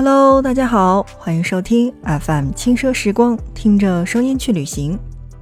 Hello， 大家好，欢迎收听 FM 轻奢时光，听着声音去旅行。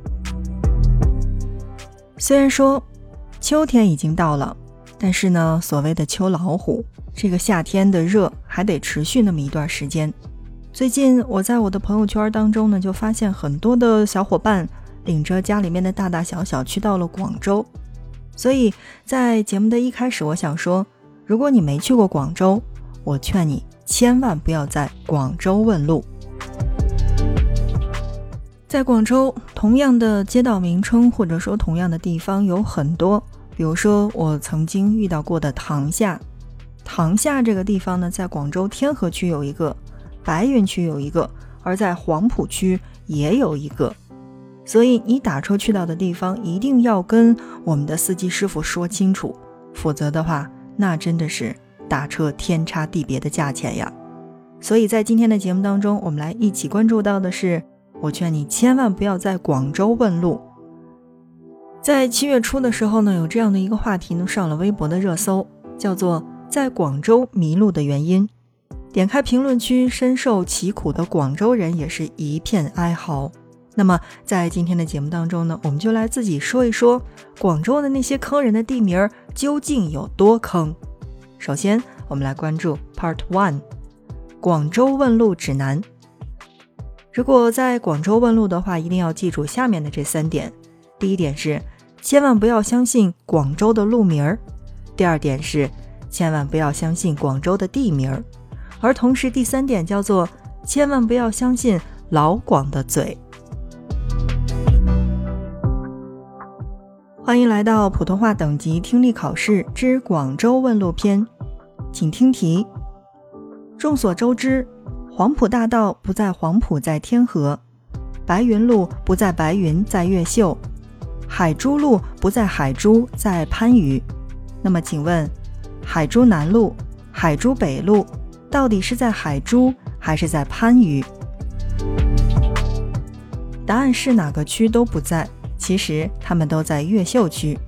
虽然说秋天已经到了，但是呢，所谓的秋老虎，这个夏天的热还得持续那么一段时间。最近我在我的朋友圈当中呢，就发现很多的小伙伴领着家里面的大大小小去到了广州。所以在节目的一开始，我想说，如果你没去过广州，我劝你千万不要在广州问路。在广州，同样的街道名称或者说同样的地方有很多，比如说我曾经遇到过的塘厦。塘厦这个地方呢，在广州天河区有一个，白云区有一个，而在黄埔区也有一个。所以你打车去到的地方一定要跟我们的司机师傅说清楚，否则的话，那真的是打车天差地别的价钱呀。所以在今天的节目当中，我们来一起关注到的是，我劝你千万不要在广州问路。在7月初的时候呢，有这样的一个话题呢上了微博的热搜，叫做在广州迷路的原因。点开评论区，深受其苦的广州人也是一片哀嚎。那么在今天的节目当中呢，我们就来自己说一说广州的那些坑人的地名究竟有多坑。首先我们来关注 Part 1， 广州问路指南。如果在广州问路的话，一定要记住下面的这3点。第一点是千万不要相信广州的路名，第二点是千万不要相信广州的地名，而同时第3点叫做千万不要相信老广的嘴。欢迎来到普通话等级听力考试之广州问路篇，请听题。众所周知，黄埔大道不在黄埔，在天河；白云路不在白云，在越秀；海珠路不在海珠，在番禺。那么请问，海珠南路、海珠北路到底是在海珠还是在番禺？答案是哪个区都不在，其实他们都在越秀区。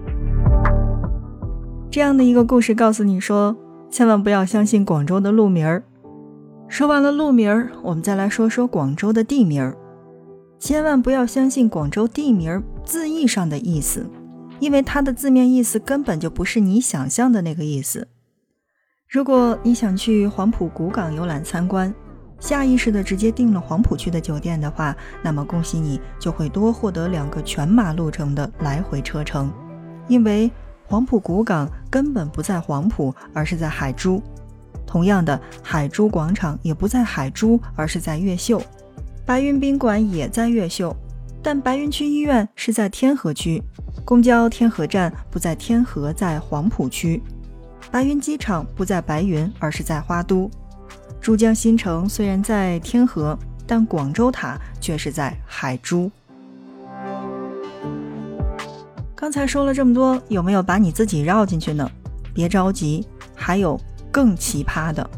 这样的一个故事告诉你说，千万不要相信广州的路名。说完了路名，我们再来说说广州的地名。千万不要相信广州地名字义上的意思，因为它的字面意思根本就不是你想象的那个意思。如果你想去黄埔古港游览参观，下意识的直接订了黄埔区的酒店的话，那么恭喜你就会多获得2个全马路程的来回车程。因为黄埔古港根本不在黄埔，而是在海珠。同样的，海珠广场也不在海珠，而是在越秀。白云宾馆也在越秀，但白云区医院是在天河区。公交天河站不在天河，在黄埔区。白云机场不在白云，而是在花都。珠江新城虽然在天河，但广州塔却是在海珠。刚才说了这么多，有没有把你自己绕进去呢？别着急，还有更奇葩的。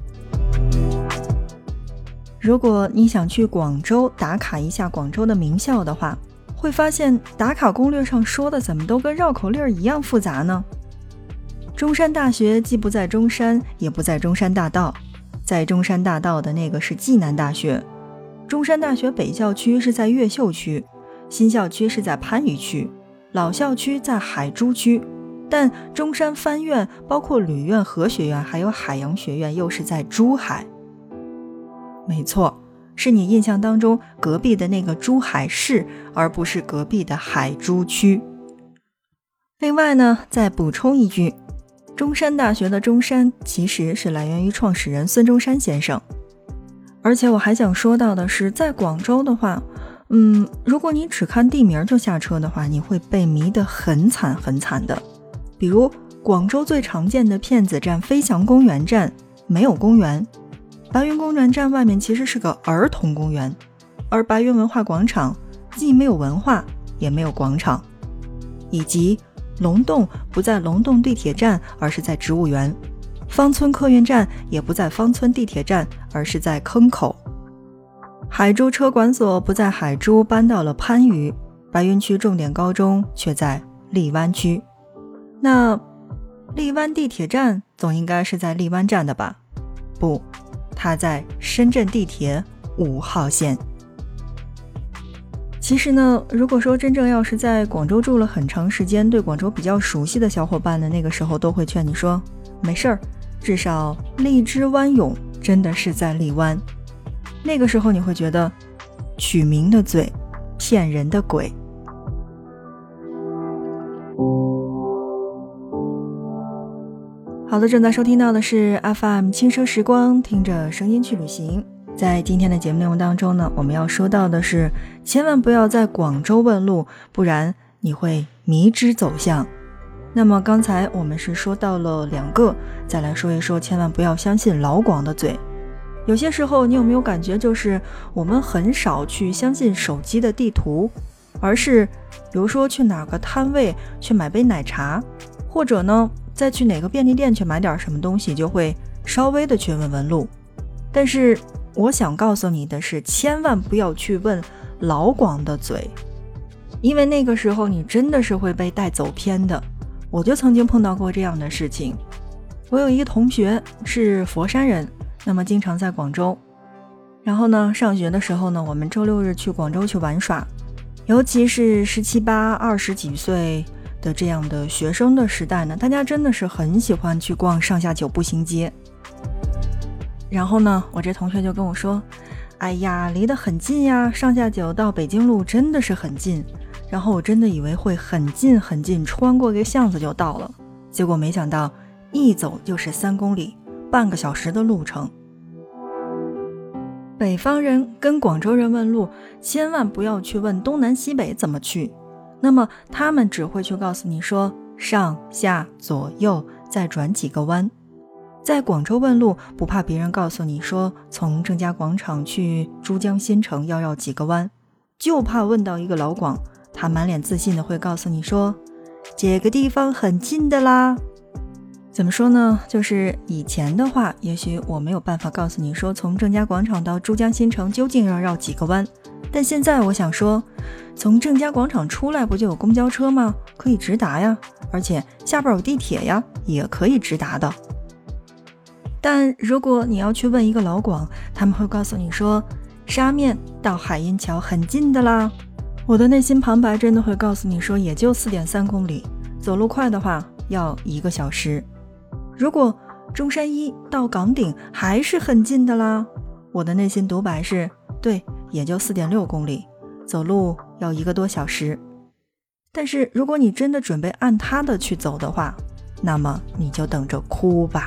如果你想去广州打卡一下广州的名校的话，会发现打卡攻略上说的怎么都跟绕口令一样复杂呢？中山大学既不在中山，也不在中山大道，在中山大道的那个是暨南大学。中山大学北校区是在越秀区，新校区是在番禺区，老校区在海珠区，但中山藩院包括旅院、和学院还有海洋学院又是在珠海。没错，是你印象当中隔壁的那个珠海市，而不是隔壁的海珠区。另外呢，再补充一句，中山大学的中山其实是来源于创始人孙中山先生。而且我还想说到的是，在广州的话，如果你只看地名就下车的话，你会被迷得很惨很惨的。比如广州最常见的骗子站飞翔公园站没有公园，白云公园站外面其实是个儿童公园，而白云文化广场既没有文化也没有广场。以及龙洞不在龙洞地铁站，而是在植物园。芳村客运站也不在芳村地铁站，而是在坑口。海珠车管所不在海珠，搬到了番禺。白云区重点高中却在荔湾区。那荔湾地铁站总应该是在荔湾站的吧？不， 它在深圳地铁5号线。其实呢，如果说真正要是在广州住了很长时间，对广州比较熟悉的小伙伴呢，那个时候都会劝你说，没事儿，至少荔枝湾涌真的是在荔湾。那个时候你会觉得取名的嘴，骗人的鬼。好的，正在收听到的是 FM 轻奢时光，听着声音去旅行。在今天的节目内容当中呢，我们要说到的是，千万不要在广州问路，不然你会迷之走向。那么刚才我们是说到了2个，再来说一说千万不要相信老广的嘴。有些时候你有没有感觉，就是我们很少去相信手机的地图，而是比如说去哪个摊位去买杯奶茶，或者呢再去哪个便利店去买点什么东西，就会稍微的去问问路。但是我想告诉你的是，千万不要去问老广的嘴，因为那个时候你真的是会被带走偏的。我就曾经碰到过这样的事情。我有一个同学是佛山人，那么经常在广州，然后呢上学的时候呢，我们周6日去广州去玩耍，尤其是17、18、20几岁的这样的学生的时代呢，大家真的是很喜欢去逛上下九步行街。然后呢，我这同学就跟我说，哎呀，离得很近呀，上下九到北京路真的是很近。然后我真的以为会很近很近，穿过一个巷子就到了，结果没想到一走就是3公里，半个小时的路程。北方人跟广州人问路，千万不要去问东南西北怎么去，那么他们只会去告诉你说上下左右再转几个弯。在广州问路，不怕别人告诉你说从正佳广场去珠江新城要绕几个弯，就怕问到一个老广，他满脸自信的会告诉你说这个地方很近的啦。怎么说呢，就是以前的话，也许我没有办法告诉你说从正佳广场到珠江新城究竟要绕几个弯，但现在我想说，从正佳广场出来不就有公交车吗？可以直达呀，而且下边有地铁呀，也可以直达的。但如果你要去问一个老广，他们会告诉你说沙面到海阴桥很近的啦。我的内心旁白真的会告诉你说也就 4.3 公里，走路快的话要1个小时。如果中山1到岗顶还是很近的啦，我的内心独白是对，也就 4.6 公里，走路要1个多小时。但是如果你真的准备按它的去走的话，那么你就等着哭吧。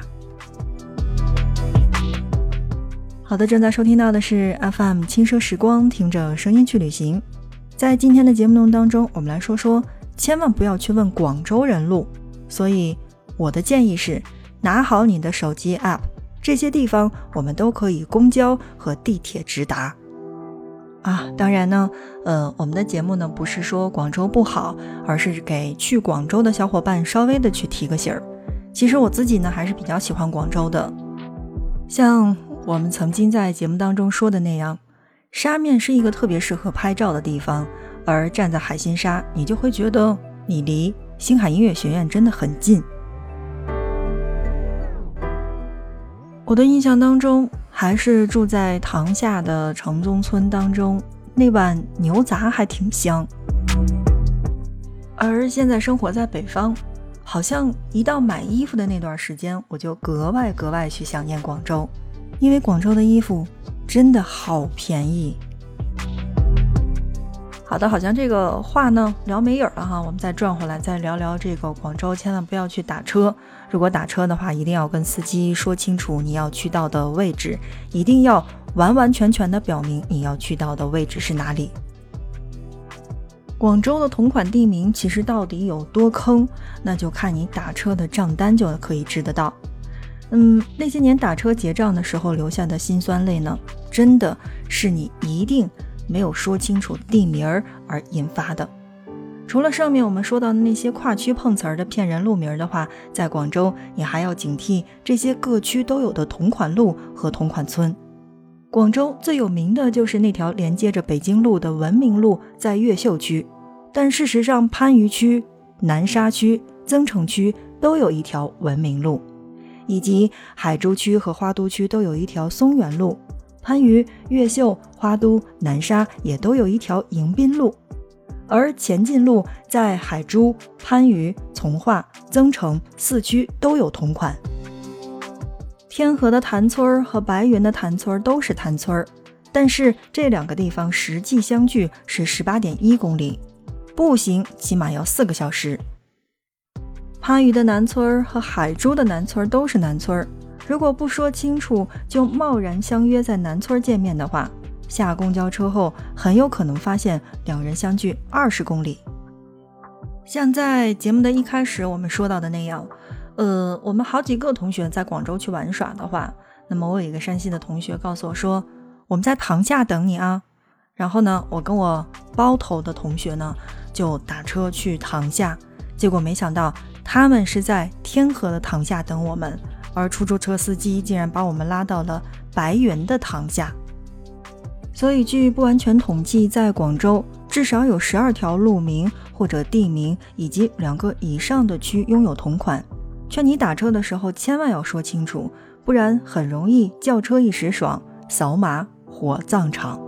好的，正在收听到的是 FM 轻奢时光，听着声音去旅行。在今天的节目内容当中，我们来说说千万不要去问广州人路。所以我的建议是拿好你的手机 App， 这些地方我们都可以公交和地铁直达啊。当然呢我们的节目呢不是说广州不好，而是给去广州的小伙伴稍微的去提个醒儿。其实我自己呢还是比较喜欢广州的，像我们曾经在节目当中说的那样，沙面是一个特别适合拍照的地方，而站在海心沙，你就会觉得你离星海音乐学院真的很近。我的印象当中，还是住在塘下的城中村当中，那碗牛杂还挺香。而现在生活在北方，好像一到买衣服的那段时间，我就格外去想念广州，因为广州的衣服真的好便宜。好的，好像这个话呢聊没影了哈，我们再转回来再聊聊这个广州，千万不要去打车。如果打车的话，一定要跟司机说清楚你要去到的位置，一定要完全的表明你要去到的位置是哪里。广州的同款地名其实到底有多坑，那就看你打车的账单就可以知得到。那些年打车结账的时候留下的辛酸泪呢，真的是你一定没有说清楚地名而引发的。除了上面我们说到的那些跨区碰瓷儿的骗人路名的话，在广州你还要警惕这些各区都有的同款路和同款村。广州最有名的就是那条连接着北京路的文明路，在越秀区，但事实上番禺区、南沙区、增城区都有一条文明路。 以及海珠区和花都区都有一条松原路，番禺、越秀、花都、南沙也都有一条迎宾路，而前进路在海珠、番禺、从化、增城4区都有同款。天河的潭村和白云的潭村都是潭村，但是这2个地方实际相距是 18.1 公里，步行起码要4个小时。番禺的南村和海珠的南村都是南村，如果不说清楚就贸然相约在南村见面的话，下公交车后很有可能发现2人相距20公里。像在节目的一开始我们说到的那样，我们好几个同学在广州去玩耍的话，那么我有一个山西的同学告诉我说，我们在塘下等你啊。然后呢，我跟我包头的同学呢就打车去塘下，结果没想到他们是在天河的塘下等我们，而出租车司机竟然把我们拉到了白云的塘下。所以据不完全统计，在广州至少有12条路名或者地名以及2个以上的区拥有同款，劝你打车的时候千万要说清楚，不然很容易叫车一时爽，扫码火葬场。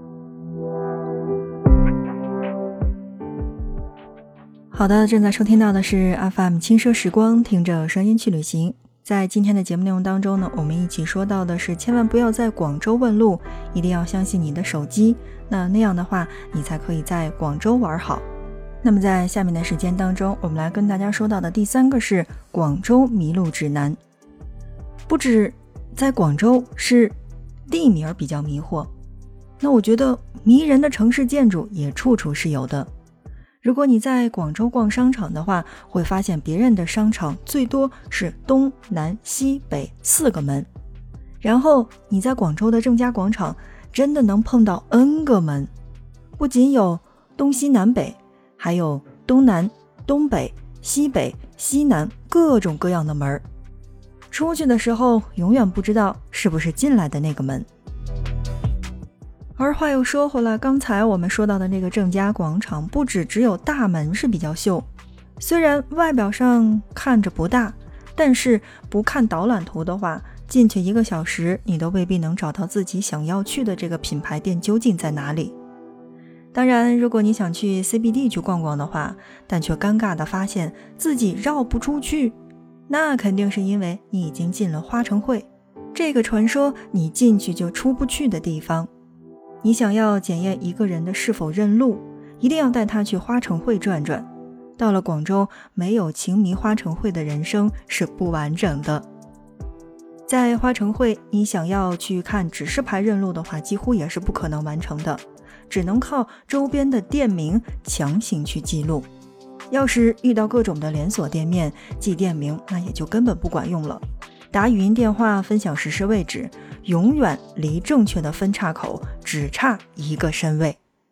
好的，正在收听到的是 FM 轻奢时光，听着声音去旅行。在今天的节目内容当中呢，我们一起说到的是千万不要在广州问路，一定要相信你的手机，那样的话你才可以在广州玩好。那么在下面的时间当中，我们来跟大家说到的第3个是广州迷路指南。不止在广州是地名比较迷惑，那我觉得迷人的城市建筑也处处是有的。如果你在广州逛商场的话，会发现别人的商场最多是东南西北4个门，然后你在广州的正佳广场真的能碰到 N 个门，不仅有东西南北，还有东南、东北、西北、西南各种各样的门，出去的时候永远不知道是不是进来的那个门。而话又说回来，刚才我们说到的那个正佳广场不只有大门是比较秀，虽然外表上看着不大，但是不看导览图的话，进去1个小时你都未必能找到自己想要去的这个品牌店究竟在哪里。当然如果你想去 CBD 去逛逛的话，但却尴尬地发现自己绕不出去，那肯定是因为你已经进了花城汇，这个传说你进去就出不去的地方。你想要检验一个人的是否认路，一定要带他去花城汇转转。到了广州，没有情迷花城汇的人生是不完整的。在花城汇，你想要去看指示牌认路的话，几乎也是不可能完成的，只能靠周边的店名强行去记录。要是遇到各种的连锁店面，记店名那也就根本不管用了。打语音电话分享实时位置，永远离正确的分岔口只差1个身位。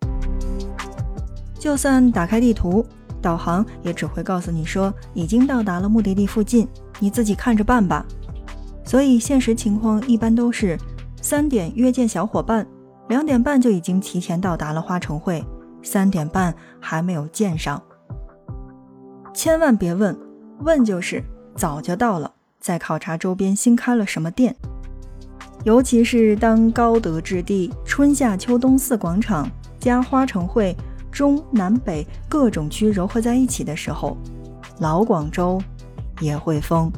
就算打开地图，导航也只会告诉你说已经到达了目的地附近，你自己看着办吧。所以现实情况一般都是3点约见小伙伴，2点半就已经提前到达了花城汇，3点半还没有见上。千万别问，问就是早就到了，再考察周边新开了什么店。尤其是当高德置地、春夏秋冬4广场加花城汇中南北各种区糅合在一起的时候，老广州也会疯。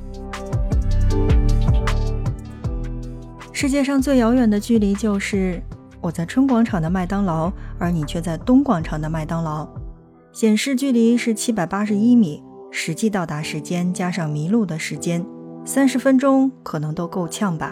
世界上最遥远的距离就是我在春广场的麦当劳，而你却在东广场的麦当劳。显示距离是781米，实际到达时间加上迷路的时间，30分钟可能都够呛吧。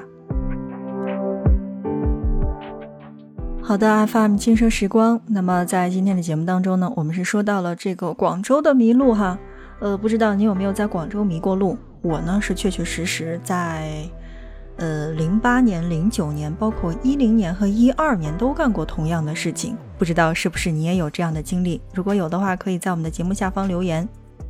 好的 FM 轻奢时光，那么在今天的节目当中呢，我们是说到了这个广州的迷路哈。不知道你有没有在广州迷过路？我呢是确确实实在08年、09年，包括10年和12年都干过同样的事情，不知道是不是你也有这样的经历？如果有的话，可以在我们的节目下方留言。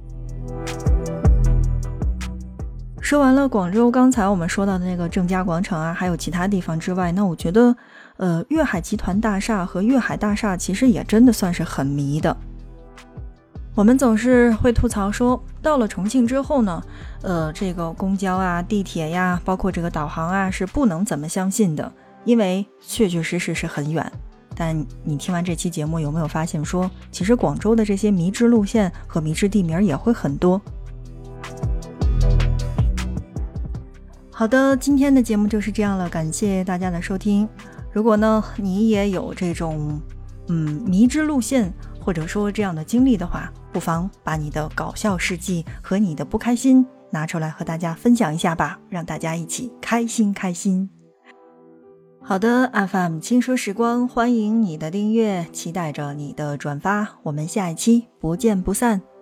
说完了广州，刚才我们说到的那个正佳广场啊，还有其他地方之外，那我觉得粤海集团大厦和粤海大厦其实也真的算是很迷的。 我们总是会吐槽说，到了重庆之后呢，这个公交啊、地铁呀，包括这个导航啊，是不能怎么相信的，因为确确实实是很远。但你听完这期节目，有没有发现说，其实广州的这些迷之路线和迷之地名也会很多？好的，今天的节目就是这样了，感谢大家的收听。如果呢，你也有这种迷之路线，或者说这样的经历的话，不妨把你的搞笑事迹和你的不开心拿出来和大家分享一下吧，让大家一起开心开心。好的 FM 轻说时光，欢迎你的订阅，期待着你的转发，我们下一期不见不散。